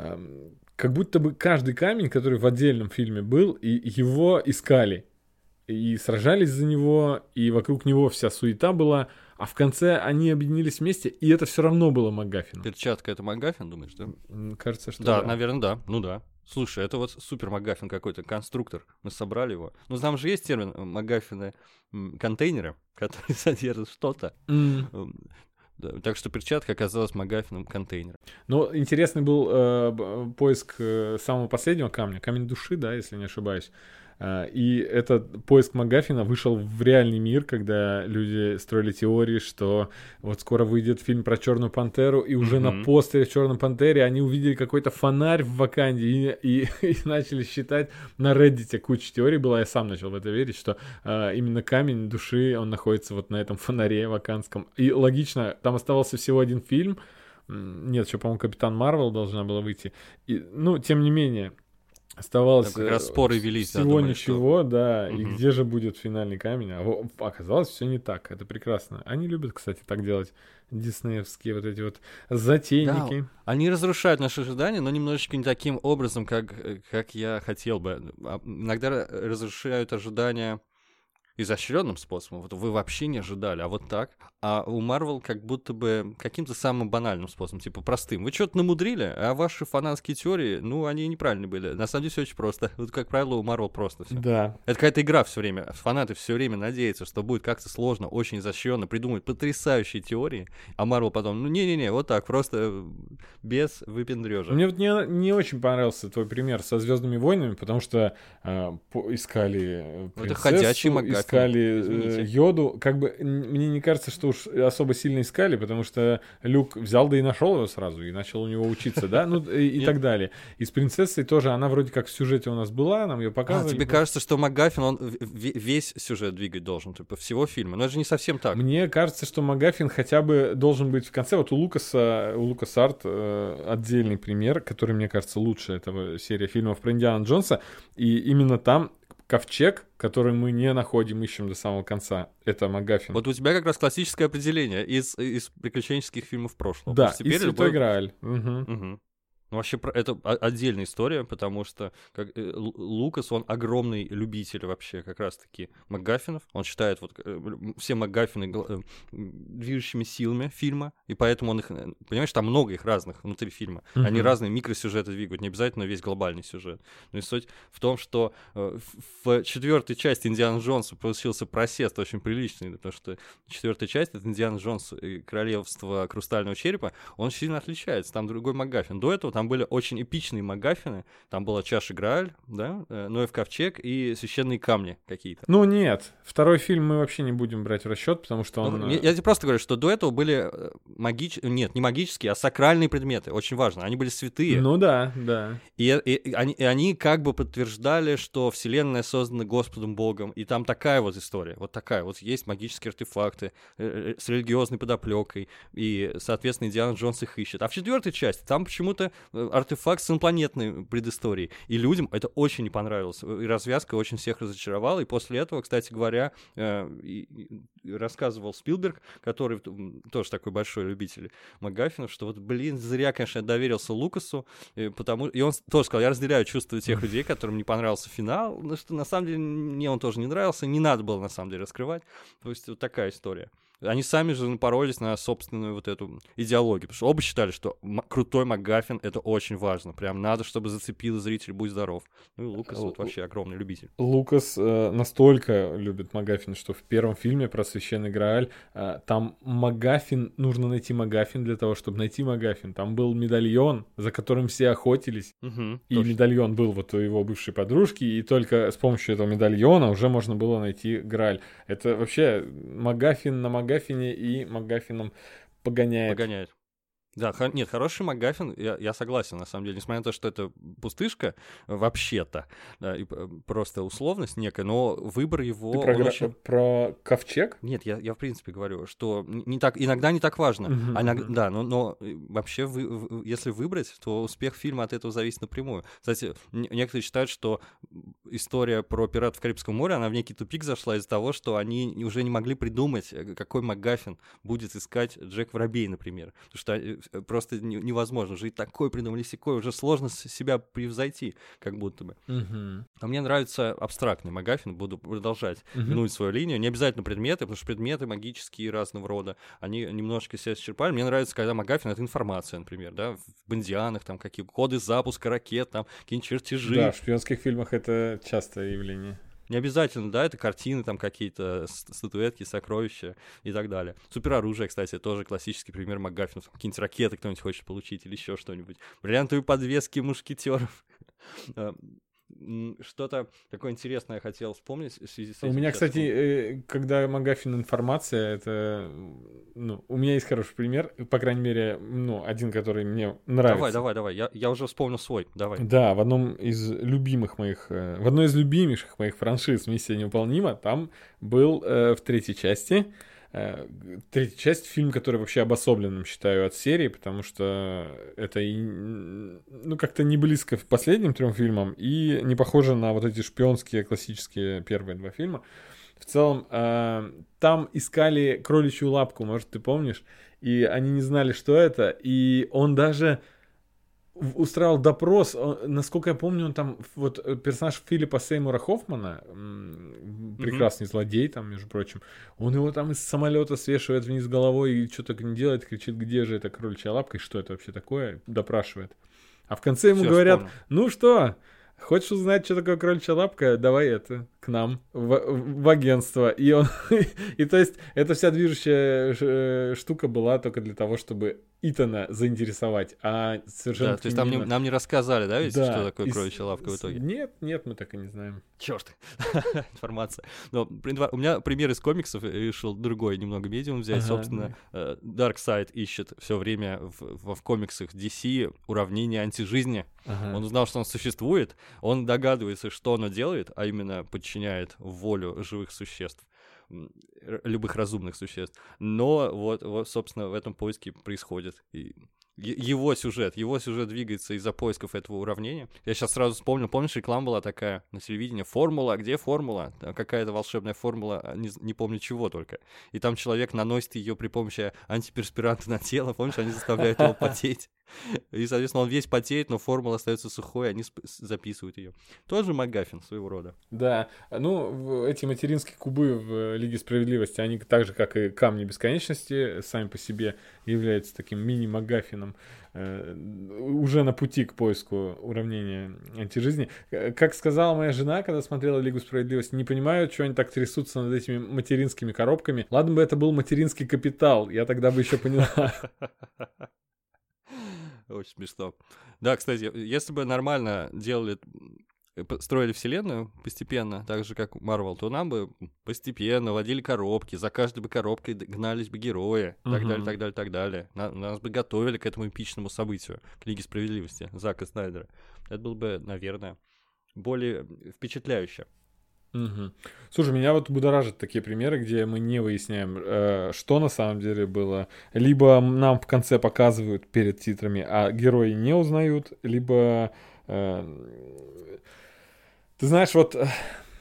S2: Как будто бы каждый камень, который в отдельном фильме был, и его искали. И сражались за него, и вокруг него вся суета была. А в конце они объединились вместе, и это все равно было МакГаффином.
S1: Перчатка — это МакГаффин, думаешь, да?
S2: Кажется, что
S1: да.
S2: Да,
S1: наверное, да. Ну да. Слушай, это вот супер МакГаффин какой-то, конструктор. Мы собрали его. Ну, там же есть термин МакГаффины контейнеры, которые содержат что-то. Mm. Да, так что перчатка оказалась МакГаффином контейнера.
S2: Ну, интересный был э, поиск э, самого последнего камня, камень души, да, если не ошибаюсь. Э, и этот поиск МакГаффина вышел в реальный мир, когда люди строили теории, что вот скоро выйдет фильм про Черную Пантеру, и уже mm-hmm. на постере в Черной Пантере они увидели какой-то фонарь в Ваканде и, и, и начали считать. На Reddit куча теорий была, я сам начал в это верить, что э, именно камень души, он находится вот на этом фонаре ваканском. И логично, там оставался всего один фильм. Нет, еще, по-моему, Капитан Марвел должна была выйти. И, ну, тем не менее, оставалось
S1: как раз споры велись,
S2: всего
S1: да, думали,
S2: ничего,
S1: что...
S2: да,
S1: угу.
S2: И где же будет финальный камень? А оказалось, все не так, это прекрасно. Они любят, кстати, так делать, диснеевские вот эти вот затейники.
S1: Да, они разрушают наши ожидания, но немножечко не таким образом, как, как я хотел бы. Иногда разрушают ожидания изощренным способом. Вот вы вообще не ожидали, а вот так. А у Marvel как будто бы каким-то самым банальным способом, типа простым. Вы что-то намудрили, а ваши фанатские теории, ну, они неправильные были. На самом деле все очень просто. Вот, как правило, у Marvel просто все.
S2: Да.
S1: Это какая-то игра все время. Фанаты все время надеются, что будет как-то сложно, очень изощренно придумать потрясающие теории, а Marvel потом, ну, не-не-не, вот так, просто без выпендрежа.
S2: Мне вот не, не очень понравился твой пример со «Звездными войнами», потому что э, по- искали принцессу,
S1: это ходячий МакГаффин.
S2: искали
S1: Извините.
S2: э, Йоду. Как бы н- мне не кажется, что уж особо сильно искали, потому что Люк взял да и нашел его сразу, и начал у него учиться, да, ну и, и
S1: Нет.
S2: так далее. И с принцессой тоже, она вроде как в сюжете у нас была, нам ее
S1: А,
S2: показывали.
S1: тебе кажется, что МакГаффин, он в- в- весь сюжет двигать должен, типа, всего фильма? Но это же не совсем так.
S2: Мне кажется, что МакГаффин хотя бы должен быть в конце. Вот у Лукаса, у Лукасарт э, отдельный пример, который, мне кажется, лучше этого серия фильмов про Индиана Джонса. И именно там ковчег, который мы не находим, ищем до самого конца, это МакГаффин.
S1: Вот у тебя как раз классическое определение из, из приключенческих фильмов прошлого.
S2: Да,
S1: Потому что
S2: и
S1: теперь
S2: Святой
S1: любой-
S2: Грааль. Мгм.
S1: Мгм. Ну, вообще, про- это о- отдельная история, потому что как, э, Лу- Лукас, он огромный любитель вообще как раз-таки МакГаффинов. Он считает вот э, м, все МакГаффины гла- э, м, движущими силами фильма, и поэтому он их... э, Понимаешь, там много их разных внутри фильма. Они
S2: Мгм.
S1: разные микросюжеты двигают, не обязательно весь глобальный сюжет. Но и суть в том, что э, в, в четвертой части Индиана Джонса получился просест очень приличный, потому что четвертая часть — это Индиана Джонс и Королевство Хрустального Черепа, он сильно отличается, там другой МакГаффин. До этого там были очень эпичные МакГаффины, там была чаша Грааль, да, э, Ноев ковчег и священные камни какие-то.
S2: Ну нет, второй фильм мы вообще не будем брать в расчет, потому что он...
S1: Ну,
S2: э,
S1: я, я тебе просто говорю, что до этого были э, магич... нет, не магические, а сакральные предметы, очень важно, они были святые.
S2: Ну да, да.
S1: И, и- и они, и они как бы подтверждали, что Вселенная создана Господом Богом, и там такая вот история, вот такая, вот есть магические артефакты э, э, с религиозной подоплекой, и, соответственно, Индиана Джонс их ищет. А в четвертой части там почему-то э, артефакт с инопланетной предысторией, и людям это очень не понравилось, и развязка очень всех разочаровала, и после этого, кстати говоря, э, и- и рассказывал Спилберг, который м, тоже такой большой любитель МакГаффинов, что вот, блин, зря, конечно, я доверился Лукасу, и, потому... и он с- тоже сказал, я разделяю чувства тех людей, которым не понравился финал, ну что на самом деле мне он тоже не нравился, не надо было на самом деле раскрывать, то есть вот такая история. Они сами же напоролись на собственную вот эту идеологию, потому что оба считали, что м- крутой МакГаффин — это очень важно, прям надо, чтобы зацепило зритель, будь здоров. Ну и Лукас вот вообще огромный любитель.
S2: Лукас э, настолько любит МакГаффин, что в первом фильме про Священный Грааль э, там МакГаффин, нужно найти МакГаффин для того, чтобы найти МакГаффин. Там был медальон, за которым все охотились,
S1: Мгм,
S2: и
S1: точно.
S2: медальон был вот у его бывшей подружки, и только с помощью этого медальона уже можно было найти Грааль. Это вообще МакГаффин на МакГаффине и МакГаффином погоняет.
S1: Погоняет. Да, хо- нет, хороший МакГаффин, я, я согласен, на самом деле, несмотря на то, что это пустышка, э, вообще-то, да, и, э, просто условность некая, но выбор его...
S2: Ты про,
S1: он
S2: гра-
S1: очень-
S2: про ковчег?
S1: Нет, я, я в принципе говорю, что н- не так, иногда не так важно.
S2: Мгм,
S1: А иног-
S2: мгм.
S1: Да, но, но э, вообще, вы, в- если выбрать, то успех фильма от этого зависит напрямую. Кстати, н- некоторые считают, что история про «Пиратов Карибского моря», она в некий тупик зашла из-за того, что они уже не могли придумать, э, какой МакГаффин будет искать Джек Воробей, например. Потому что э, просто не- невозможно. Уже и такой придумали, сякой, уже сложно с- себя превзойти, как будто бы.
S2: Мгм.
S1: А мне нравится абстрактный МакГаффин, буду продолжать
S2: Мгм.
S1: гнуть свою линию. Не обязательно предметы, потому что предметы магические разного рода, они немножечко себя исчерпали. Мне нравится, когда МакГаффин — это информация, например, да, в Бондианах, там какие коды запуска ракет, там какие-нибудь чертежи.
S2: Да, в шпионских фильмах это частое явление.
S1: Не обязательно, да, это картины, там какие-то с- статуэтки, сокровища и так далее. Супероружие, кстати, тоже классический пример МакГаффина. Там какие-нибудь ракеты кто-нибудь хочет получить или еще что-нибудь. Бриллиантовые подвески мушкетеров. А, м, Что-то такое интересное я хотел вспомнить в связи с
S2: У
S1: этим.
S2: меня,
S1: Сейчас
S2: кстати,
S1: вспомню.
S2: э, когда МакГаффин информация, это, ну, у меня есть хороший пример, по крайней мере, ну, один, который мне нравится.
S1: Давай, давай, давай. Я, я уже вспомнил свой. Давай.
S2: Да, в одном из любимых моих, э, в одной из любимейших моих франшиз «Миссия невыполнима» там был э, в третьей части, э, г- третья часть, фильм, который вообще обособленным считаю от серии, потому что это, и, н- ну, как-то не близко к последним трем фильмам и не похоже на вот эти шпионские классические первые два фильма. В целом, э, там искали кроличью лапку, может, ты помнишь, и они не знали, что это, и он даже в- устраивал допрос, он- насколько я помню, он там, вот э, персонаж Филиппа Сеймура Хоффмана, м, прекрасный злодей там, между прочим, он его там из самолета свешивает вниз головой и что-то не делает, кричит, где же эта кроличья лапка, и что это вообще такое, допрашивает. А в конце ему
S1: Всё,
S2: говорят,
S1: вспомнил.
S2: ну что, хочешь узнать, что такое кроличья лапка? Давай это, к нам, в, в агентство. И он, и то есть, эта вся движущая штука была только для того, чтобы Итана заинтересовать, а совершенно...
S1: Да, то есть там не, нам не рассказали, да, ведь,
S2: Да,
S1: что такое
S2: и
S1: кроличья лапка в
S2: с-
S1: итоге?
S2: Нет, нет, мы так и не знаем.
S1: Черт, информация. Но при- у меня пример из комиксов, я решил другой немного медиум взять.
S2: Ага,
S1: Собственно, э, Darkseid ищет все время в, в- в комиксах ди си уравнение антижизни.
S2: Ага.
S1: Он узнал, что он существует, он догадывается, что оно делает, а именно подчиняет волю живых существ, м, р- любых разумных существ. Но вот, вот, собственно, в этом поиске происходит. И е- его сюжет, его сюжет двигается из-за поисков этого уравнения. Я сейчас сразу вспомнил, помнишь, реклама была такая на телевидении? Формула, где формула? Там какая-то волшебная формула, а, не, з- не помню чего только. И там человек наносит ее при помощи антиперспиранта на тело, помнишь, они заставляют его потеть. И, соответственно, он весь потеет, но формула остается сухой, они сп- с- записывают ее. Тоже МакГаффин своего рода.
S2: Да, ну, в- эти материнские кубы в Лиге Справедливости, они так же, как и Камни Бесконечности, сами по себе являются таким мини-магафином э, уже на пути к поиску уравнения антижизни. Э, Как сказала моя жена, когда смотрела Лигу Справедливости, не понимаю, что они так трясутся над этими материнскими коробками. Ладно бы это был материнский капитал, я тогда бы еще поняла.
S1: Очень смешно. Да, кстати, если бы нормально делали, м, п- строили вселенную постепенно, так же, как Marvel, то нам бы постепенно вводили коробки, за каждой бы коробкой д- гнались бы герои, так
S2: Мгм.
S1: далее, так далее, так далее. На- нас бы готовили к этому эпичному событию, к Лиге Справедливости, Зака Снайдера. Это было бы, наверное, более впечатляюще.
S2: Мгм. Слушай, меня вот будоражат такие примеры, где мы не выясняем, э, что на самом деле было. Либо нам в конце показывают перед титрами, а герои не узнают, либо... э, ты знаешь, вот... э,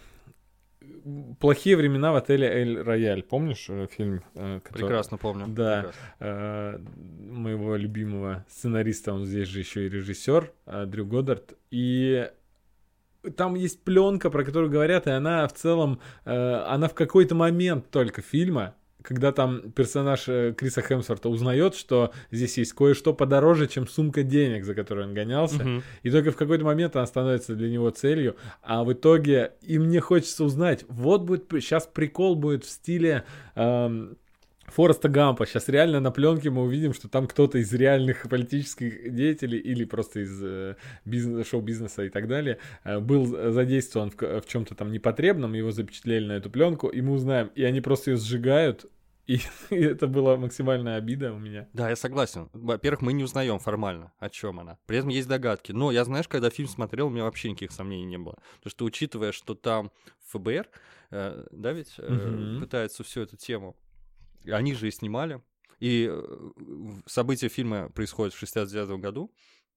S2: «Плохие времена в отеле Эль Рояль». Помнишь э, фильм? э, который-
S1: Прекрасно помню.
S2: Да,
S1: прекрасно.
S2: э, моего любимого сценариста, он здесь же еще и режиссер, э, Дрю Годдард. И там есть пленка, про которую говорят, и она в целом, э, она в какой-то момент только фильма, когда там персонаж э, Криса Хемсворта узнает, что здесь есть кое-что подороже, чем сумка денег, за которой он гонялся.
S1: Мгм.
S2: И только в какой-то момент она становится для него целью. А в итоге, и мне хочется узнать, вот будет, сейчас прикол будет в стиле... эм, Фореста Гампа. Сейчас реально на пленке мы увидим, что там кто-то из реальных политических деятелей или просто из э, бизнес, шоу-бизнеса и так далее э, был задействован в, к- в чем-то там непотребном, его запечатлели на эту пленку, и мы узнаем, и они просто ее сжигают, и, и это была максимальная обида у меня.
S1: Да, я согласен. Во-первых, мы не узнаем формально, о чем она. При этом есть догадки. Но я, знаешь, когда фильм смотрел, у меня вообще никаких сомнений не было. Потому что, учитывая, что там ФБР, э, да, ведь э,
S2: Мгм.
S1: пытается всю эту тему, они же и снимали. И э, в- события фильма происходят в шестьдесят девятом году.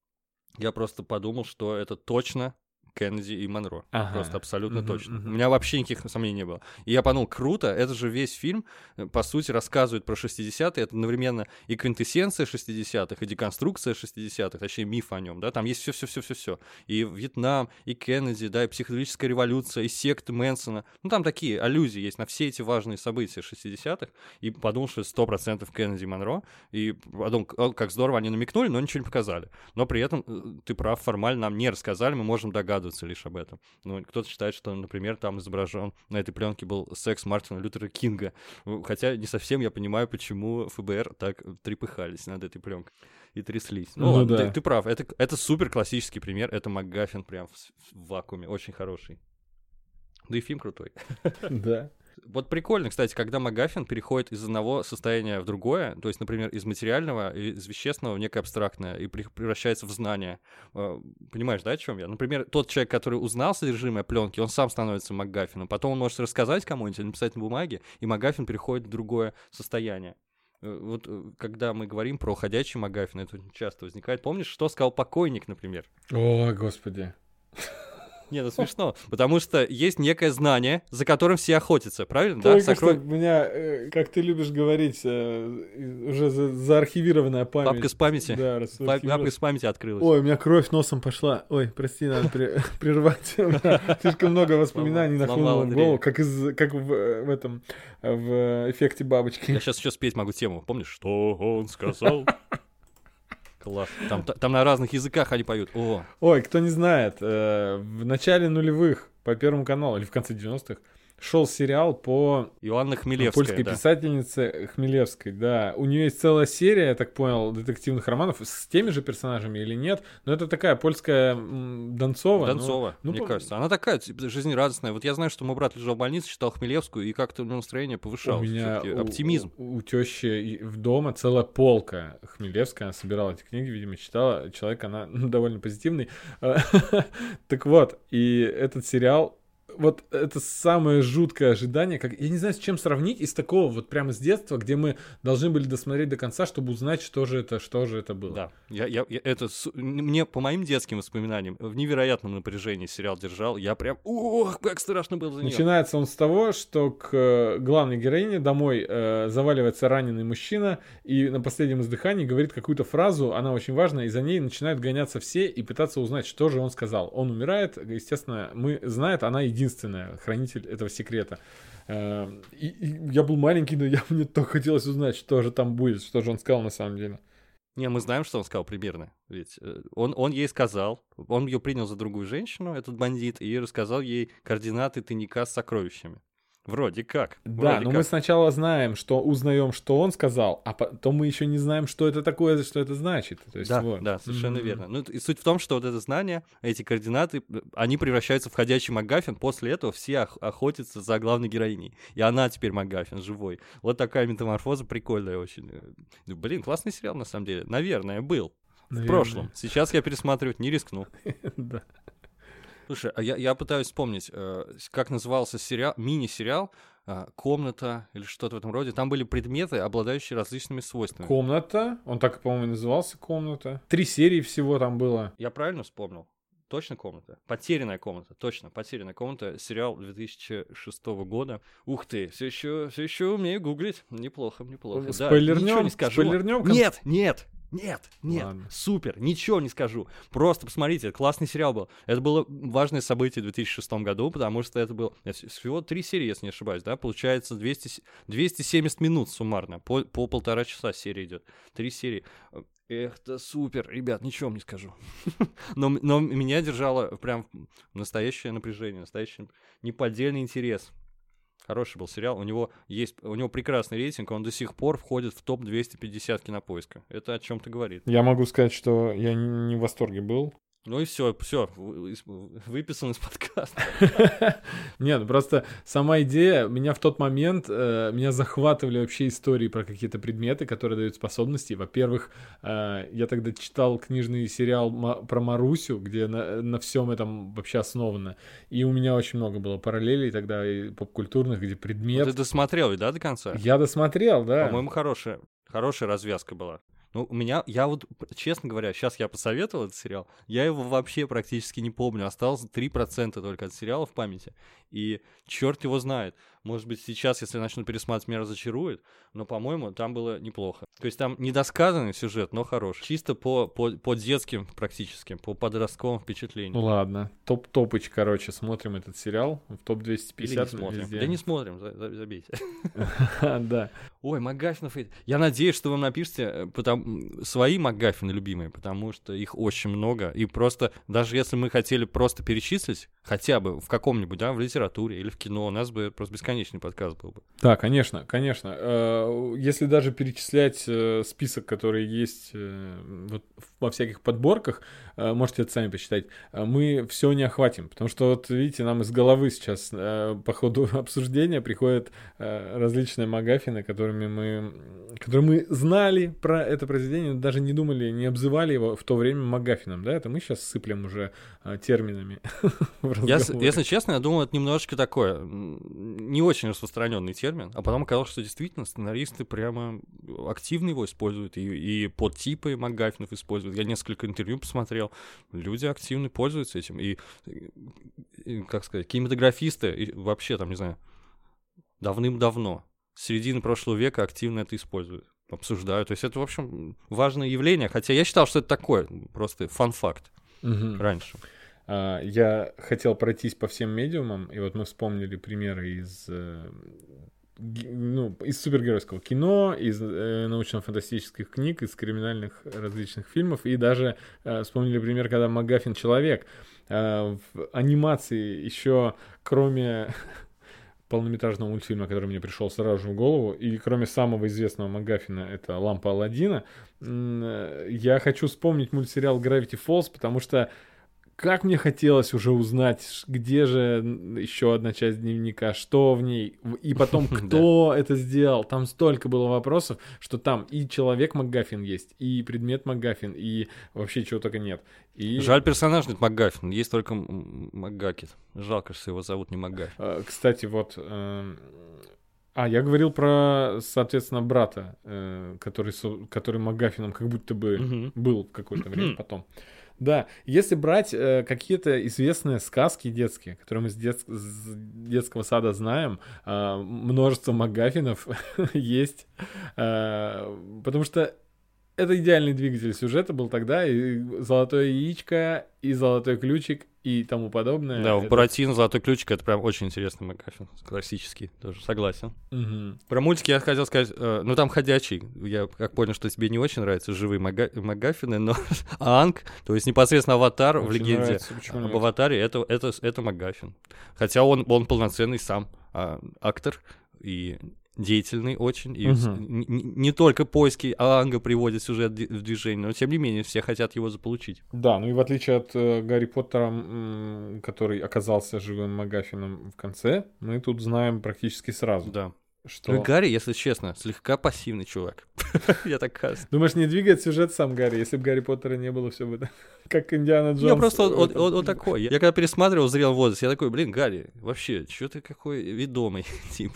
S1: Я просто подумал, что это точно Кеннеди и Монро.
S2: Ага.
S1: Просто абсолютно
S2: Мгм,
S1: точно.
S2: мгм.
S1: У меня вообще никаких сомнений не было. И я подумал, круто, это же весь фильм, э, по сути, рассказывает про шестидесятые. Это одновременно и квинтэссенция шестидесятых, и деконструкция шестидесятых, точнее, миф о нем, да, там есть все-все-все-все-все. И Вьетнам, и Кеннеди, да, и психоделическая революция, и секты Мэнсона. Ну, там такие аллюзии есть на все эти важные события шестидесятых. И подумал, что это сто процентов Кеннеди и Монро. И подумал, «О, как здорово они намекнули, но ничего не показали. Но при этом, э, ты прав, формально нам не рассказали, мы можем догадываться лишь об этом. Ну, кто-то считает, что, например, там изображен на этой пленке был секс Мартина Лютера Кинга. Ну, хотя не совсем я понимаю, почему ФБР так трепыхались над этой пленкой и тряслись. Ну,
S2: Ну
S1: ладно,
S2: да.
S1: ты, ты прав, это, это супер классический пример, это МакГаффин прям в, с- в вакууме, очень хороший. Да и фильм крутой.
S2: Да.
S1: Вот прикольно, кстати, когда МакГаффин переходит из одного состояния в другое, то есть, например, из материального, из вещественного в некое абстрактное, и при- превращается в знание. Э, Понимаешь, да, о чем я? Например, тот человек, который узнал содержимое пленки, он сам становится МакГаффином. Потом он может рассказать кому-нибудь или написать на бумаге, и МакГаффин переходит в другое состояние. Э, Вот э, когда мы говорим про ходячий МакГаффин, это очень часто возникает. Помнишь, что сказал покойник, например?
S2: О, господи.
S1: Не, ну смешно, потому что есть некое знание, за которым все охотятся, правильно? Да,
S2: Только
S1: Сокро-
S2: что у меня, э, как ты любишь говорить, э, уже за- заархивированная память.
S1: Папка с памяти.
S2: Да,
S1: Пап-
S2: расархивировалась.
S1: Папка с памяти открылась.
S2: Ой, у меня кровь носом пошла. Ой, прости, надо при- прервать. У меня слишком много воспоминаний
S1: Сломал
S2: нахлынуло в
S1: Андрея.
S2: голову, как, из, как в, в этом, в эффекте бабочки.
S1: Я сейчас еще спеть могу тему. Помнишь, что он сказал? Класс. Там, та- там на разных языках они поют. О,
S2: Ой, кто не знает, э, в начале нулевых по Первому каналу или в конце девяностых шел сериал по
S1: Иоанна Хмелевская,
S2: польской
S1: да.
S2: писательнице Хмелевской, да. У нее есть целая серия, я так понял, детективных романов с теми же персонажами или нет, но это такая польская м, Донцова. ну-
S1: Донцова,
S2: ну,
S1: мне
S2: по-
S1: кажется. Она такая типа, жизнерадостная. Вот я знаю, что мой брат лежал в больнице, читал Хмелевскую, и как-то у него настроение
S2: У
S1: повышалось.
S2: меня
S1: Всё-таки
S2: у,
S1: оптимизм.
S2: у, у тещи и- в дома целая полка Хмелевская, она собирала эти книги, видимо, читала. Человек, она ну, довольно позитивный. Так вот, и этот сериал, вот это самое жуткое ожидание, как я не знаю, с чем сравнить, из такого вот прямо с детства, где мы должны были досмотреть до конца, чтобы узнать, что же это, что же это было.
S1: Да, я, я, я- это с- мне по моим детским воспоминаниям в невероятном напряжении сериал держал. Я прям, ох, как страшно было за нее.
S2: Начинается он с того, что к э, главной героине домой э, заваливается раненый мужчина и на последнем издыхании говорит какую-то фразу, она очень важная, и за ней начинают гоняться все и пытаться узнать, что же он сказал. Он умирает, естественно, мы знает, она единственная хранитель этого секрета. Э, и, и я был маленький, но я, мне только хотелось узнать, что же там будет, что же он сказал на самом деле.
S1: Не, мы знаем, что он сказал примерно. Ведь э, он, он ей сказал, он ее принял за другую женщину, этот бандит, и рассказал ей координаты тайника с сокровищами. Вроде как.
S2: Да,
S1: вроде
S2: но
S1: как.
S2: мы сначала знаем, что узнаем, что он сказал, а потом мы еще не знаем, что это такое, что это значит. То есть,
S1: Да,
S2: вот.
S1: да, совершенно
S2: М.
S1: верно. Ну, и суть в том, что вот это знание, эти координаты, они превращаются в ходячий МакГаффин. После этого все ох- охотятся за главной героиней. И она теперь МакГаффин, живой. Вот такая метаморфоза прикольная очень. Ну, Блин, классный сериал, на самом деле. Наверное, был. В
S2: Наверное.
S1: прошлом. Сейчас я пересматривать не рискну.
S2: Да.
S1: Слушай, а я, я пытаюсь вспомнить, э, как назывался сериал, мини-сериал э, «Комната» или что-то в этом роде. Там были предметы, обладающие различными свойствами.
S2: Комната. Он так, по-моему, и назывался «Комната». Три серии всего там было.
S1: Я правильно вспомнил? Точно комната? Потерянная комната, точно, потерянная комната. Сериал две тысячи шестого года. Ух ты, все еще, все еще умею гуглить. Неплохо, неплохо. Да,
S2: Спойлернем?
S1: ничего не скажу.
S2: Спойлернем?
S1: Нет, нет, нет, нет.
S2: Ладно.
S1: Супер, ничего не скажу. Просто посмотрите, это классный сериал был. Это было важное событие в две тысячи шестом году, потому что это был э, всего три серии, если не ошибаюсь, да? Получается двести, с- двести семьдесят минут суммарно. По, по полтора часа серия идет. Три серии. Эх, это супер, ребят, ничего вам не скажу. но, но меня держало прям настоящее напряжение, настоящий неподдельный интерес. Хороший был сериал. У него есть, у него прекрасный рейтинг, он до сих пор входит в топ двести пятьдесят Кинопоиска. Это о чем-то говорит.
S2: Я могу сказать, что я не не в восторге был.
S1: Ну и все, все, выписан из подкаста.
S2: Нет, просто сама идея, меня в тот момент, э, меня захватывали вообще истории про какие-то предметы, которые дают способности. Во-первых, э, я тогда читал книжный сериал Ма- про Марусю, где на, на всем этом вообще основано. И у меня очень много было параллелей тогда и поп-культурных, где предмет...
S1: Ты досмотрел, ведь, да, до конца?
S2: Я досмотрел, да.
S1: По-моему, хорошая, хорошая развязка была. Ну, у меня, я вот, честно говоря, сейчас я посоветовал этот сериал, я его вообще практически не помню, осталось три процента только от сериала в памяти, и черт его знает, может быть, сейчас, если я начну пересматривать, меня разочарует, но, по-моему, там было неплохо. То есть там недосказанный сюжет, но хороший, чисто по, по, по детским практически, по подростковым впечатлениям.
S2: Ну ладно, топ-топыч, короче, смотрим этот сериал в топ двести
S1: Или не
S2: пятьдесят.
S1: смотрим.
S2: везде.
S1: Да не смотрим, за- за- забейте.
S2: Да.
S1: Ой, МакГаффинов. эти- Я надеюсь, что вы нам напишите э, потому... свои МакГаффины любимые, потому что их очень много. И просто, даже если мы хотели просто перечислить, хотя бы в каком-нибудь, да, в литературе или в кино, у нас бы просто бесконечный подкаст был бы.
S2: Да, конечно, конечно. Э, Если даже перечислять э, список, который есть э, вот во всяких подборках, э, можете это сами посчитать, э, мы все не охватим, потому что вот видите, нам из головы сейчас э, по ходу обсуждения приходят э, различные магафины, которыми мы, которые мы знали про это произведение, но даже не думали, не обзывали его в то время магафином, да? Это мы сейчас сыплем уже э, терминами в
S1: Я, с-
S2: разговоре.
S1: если честно, я думал, это немножечко такое, м, не очень распространенный термин, а потом оказалось, что действительно сценаристы прямо активно его используют, и, и подтипы МакГаффинов используют. Я несколько интервью посмотрел, люди активно пользуются этим, и, и, как сказать, кинематографисты и вообще там, не знаю, давным-давно, с середины прошлого века активно это используют, обсуждают. То есть это, в общем, важное явление, хотя я считал, что это такое, просто фан-факт
S2: Мгм.
S1: раньше.
S2: А, Я хотел пройтись по всем медиумам, и вот мы вспомнили примеры из э, ну, из супергеройского кино, из э, научно-фантастических книг, из криминальных различных фильмов. И даже э, вспомнили пример, когда МакГаффин человек. Э, в анимации еще, кроме полнометражного мультфильма, который мне пришел сразу же в голову, и кроме самого известного МакГаффина, это «Лампа Аладдина», э, я хочу вспомнить мультсериал Gravity Falls, потому что как мне хотелось уже узнать, где же еще одна часть дневника, что в ней, и потом, кто это сделал. Там столько было вопросов, что там и человек МакГаффин есть, и предмет МакГаффин, и вообще чего только нет. И...
S1: Жаль, персонаж нет МакГаффин, есть только МакГакет. Жалко, что его зовут не МакГаффин.
S2: Кстати, вот... А, я говорил про, соответственно, брата, который, который МакГаффином как будто бы был в какое-то время потом. Да, если брать э, какие-то известные сказки детские, которые мы с, дет... с детского сада знаем, э, множество МакГаффинов есть, э, потому что это идеальный двигатель сюжета был тогда, и «Золотое яичко», и «Золотой ключик», и тому подобное.
S1: Да, в
S2: это...
S1: «Буратино», «Золотой ключик» — это прям очень интересный МакГаффин, классический, тоже согласен.
S2: Угу.
S1: Про мультики я хотел сказать, э, ну там ходячий, я как понял, что тебе не очень нравятся живые мага... МакГаффины, но Аанг, то есть непосредственно Аватар очень в легенде об Аватаре, это, это, это МакГаффин. Хотя он, он полноценный сам а, актор и... деятельный очень, и
S2: угу.
S1: не, не только поиски Аанга приводят сюжет в движение, но тем не менее все хотят его заполучить.
S2: Да, ну и в отличие от э, Гарри Поттера, м- который оказался живым МакГаффином в конце, мы тут знаем практически сразу.
S1: Да.
S2: Что...
S1: Ну, Гарри, если честно, слегка пассивный чувак. Я так кажется.
S2: Думаешь, не двигает сюжет сам Гарри? Если бы Гарри Поттера не было, все бы это как Индиана Джонс.
S1: Я просто он такой. Я когда пересматривал «Зрелый возраст», я такой, блин, Гарри, вообще, что ты какой ведомый тип.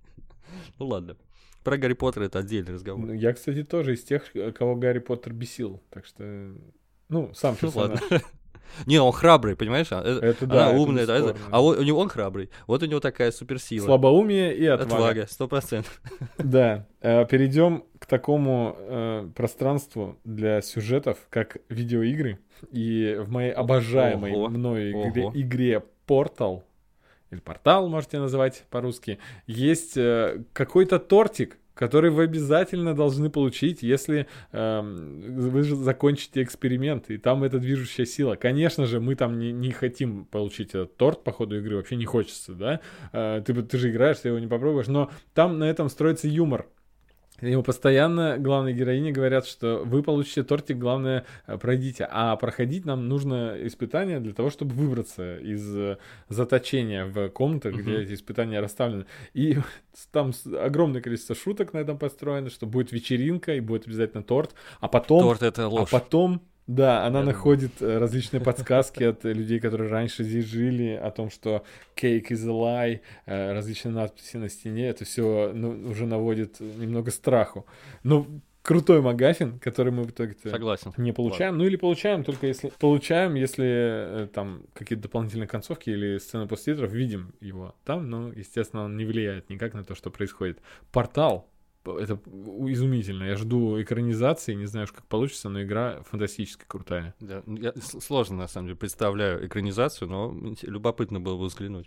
S1: Ну ладно. Про Гарри Поттера это отдельный разговор.
S2: Я, кстати, тоже из тех, кого Гарри Поттер бесил. Так что, ну, сам персонаж.
S1: Ну, не, он храбрый, понимаешь?
S2: Это да,
S1: она умная, да, а у него он храбрый. Вот у него такая суперсила.
S2: Слабоумие и отвага.
S1: Отвага, сто процентов.
S2: Да. Перейдем к такому э, пространству для сюжетов, как видеоигры. И в моей обожаемой Ого. мною игре, игре Portal, или портал, можете называть по-русски, есть э, какой-то тортик, который вы обязательно должны получить, если э, вы закончите эксперимент, и там эта движущая сила. Конечно же, мы там не, не хотим получить этот торт по ходу игры, вообще не хочется, да? Э, ты, ты же играешь, ты его не попробуешь, но там на этом строится юмор. Ему постоянно главной героине говорят, что вы получите тортик, главное, пройдите. А проходить нам нужно испытания для того, чтобы выбраться из заточения в комнатах, uh-huh. где эти испытания расставлены. И там огромное количество шуток на этом построено, что будет вечеринка и будет обязательно торт. А потом...
S1: Торт — это ложь.
S2: А потом... Да, она Я находит думаю. различные подсказки от людей, которые раньше здесь жили, о том, что cake is a lie, различные надписи на стене, это все ну, уже наводит немного страху. Но крутой МакГаффин, который мы в итоге
S1: Согласен.
S2: не получаем. Ладно. Ну или получаем, только если... Получаем, если там какие-то дополнительные концовки или сцены после титров, видим его там, но, естественно, он не влияет никак на то, что происходит. Портал. Это изумительно. Я жду экранизации, не знаю, как получится, но игра фантастически крутая.
S1: Да, я сложно, на самом деле, представляю экранизацию, но любопытно было бы взглянуть.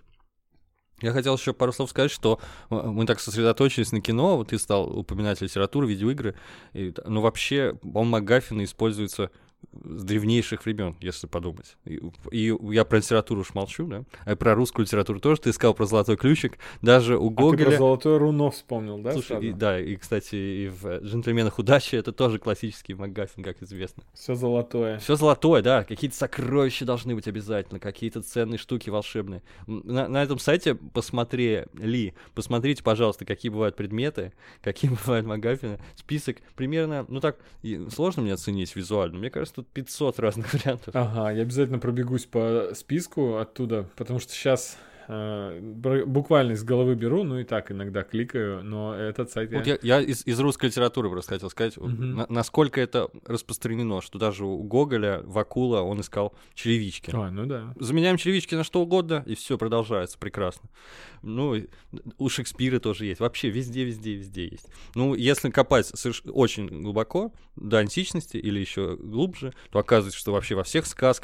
S1: Я хотел еще пару слов сказать, что мы так сосредоточились на кино, вот ты стал упоминать литературу, видеоигры, и, ну вообще, он МакГаффин используется с древнейших времен, если подумать. И, и я про литературу уж молчу, да? А про русскую литературу тоже. Ты сказал про «Золотой ключик». Даже у Гоголя...
S2: А ты про «Золотое руно» вспомнил, да?
S1: Слушай, и, да, и, кстати, и в «Джентльменах удачи» это тоже классический МакГаффин, как известно.
S2: Все золотое.
S1: Все золотое, да. Какие-то сокровища должны быть обязательно, какие-то ценные штуки волшебные. На, на этом сайте посмотрели, посмотрите, пожалуйста, какие бывают предметы, какие бывают МакГаффины. Список примерно, ну так, сложно мне оценить визуально, мне кажется, тут пятьсот разных вариантов.
S2: Ага, я обязательно пробегусь по списку оттуда, потому что сейчас э, буквально из головы беру, ну и так иногда кликаю, но этот сайт я...
S1: Вот я, я из, из русской литературы просто хотел сказать, uh-huh. на, насколько это распространено, что даже у Гоголя, Вакула, он искал черевички.
S2: А, ну да.
S1: Заменяем черевички на что угодно, и все продолжается прекрасно. Ну, у Шекспира тоже есть. Вообще везде, везде, везде есть. Ну, если копать соверш... очень глубоко, до античности или еще глубже, то оказывается, что вообще во всех сказках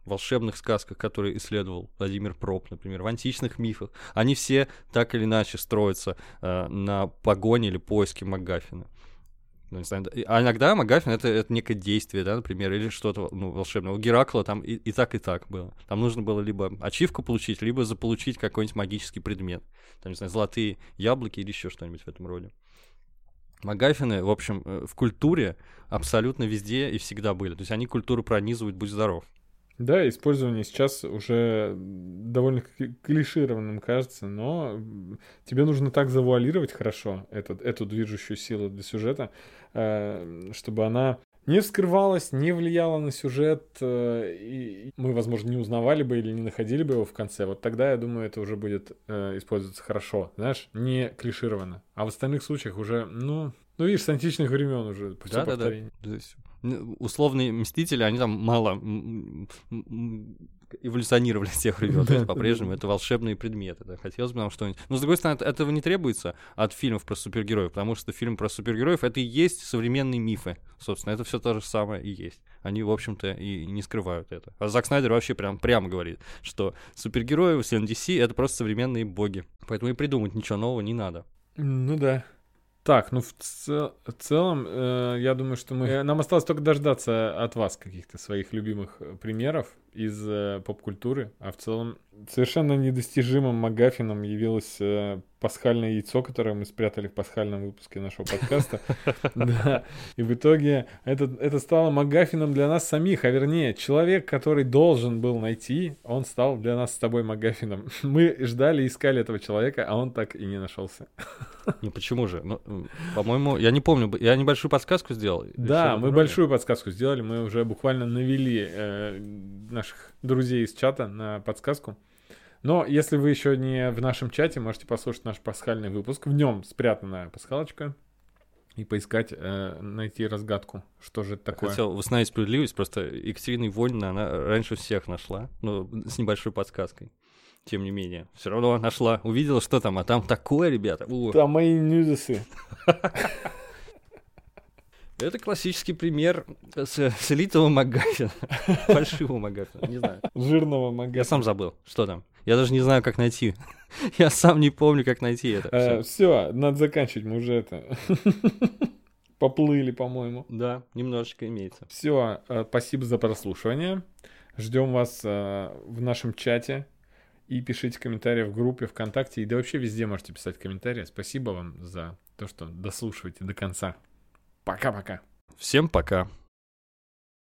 S1: волшебных сказках, которые исследовал Владимир Проб, например, в античных мифах, они все так или иначе строятся э, на погоне или поиске МакГаффина. Ну, не знаю, а иногда МакГаффин — это, это некое действие, да, например, или что-то ну, волшебное. У Геракла там и, и так, и так было. Там нужно было либо ачивку получить, либо заполучить какой-нибудь магический предмет. Там, не знаю, золотые яблоки или еще что-нибудь в этом роде. МакГаффины, в общем, в культуре абсолютно везде и всегда были. То есть они культуру пронизывают, будь здоров.
S2: Да, использование сейчас уже довольно клишированным кажется, но тебе нужно так завуалировать хорошо этот, эту движущую силу для сюжета, чтобы она не вскрывалась, не влияла на сюжет, и мы, возможно, не узнавали бы или не находили бы его в конце. Вот тогда, я думаю, это уже будет использоваться хорошо, знаешь, не клишированно. А в остальных случаях уже, ну, ну видишь, с античных времен уже все
S1: да, повторение. Да, да. Условные мстители, они там мало эволюционировали с тех времен, то есть по-прежнему это волшебные предметы. Да. Хотелось бы нам что-нибудь. Но, с другой стороны, этого не требуется от фильмов про супергероев, потому что фильм про супергероев — это и есть современные мифы. Собственно, это все то же самое и есть. Они, в общем-то, и не скрывают это. А Зак Снайдер вообще прям, прямо говорит, что супергерои в ди си — это просто современные боги. Поэтому и придумать ничего нового не надо.
S2: Ну да. Так, ну в, цел, в целом, э, я думаю, что мы... Э, нам осталось только дождаться от вас каких-то своих любимых примеров из э, поп-культуры, а в целом совершенно недостижимым МакГаффином явилось э, пасхальное яйцо, которое мы спрятали в пасхальном выпуске нашего подкаста. Да, и в итоге это стало МакГаффином для нас самих, а вернее, человек, который должен был найти, он стал для нас с тобой МакГаффином. Мы ждали, искали этого человека, а он так и не нашелся.
S1: Ну почему же? Ну, по-моему, я не помню, я небольшую подсказку сделал.
S2: Да, мы большую подсказку сделали, мы уже буквально навели э, наших друзей из чата на подсказку. Но если вы еще не в нашем чате, можете послушать наш пасхальный выпуск. В нем спрятана пасхалочка. И поискать, э, найти разгадку, что же это такое.
S1: Я хотел восстановить справедливость, просто Екатерина Ивольевна, она раньше всех нашла, ну, с небольшой подсказкой. Тем не менее, все равно нашла, увидела, что там, а там такое, ребята. О.
S2: Там мои нюдесы.
S1: Это классический пример слитого МакГаффина. Фальшивого МакГаффина, не знаю.
S2: Жирного МакГаффина.
S1: Я сам забыл, что там. Я даже не знаю, как найти. Я сам не помню, как найти это.
S2: Э, все, надо заканчивать, мы уже это... Поплыли, по-моему.
S1: Да, немножечко имеется.
S2: Все, э, спасибо за прослушивание. Ждем вас э, в нашем чате. И пишите комментарии в группе ВКонтакте. И да вообще везде можете писать комментарии. Спасибо вам за то, что дослушиваете до конца. Пока-пока.
S1: Всем пока.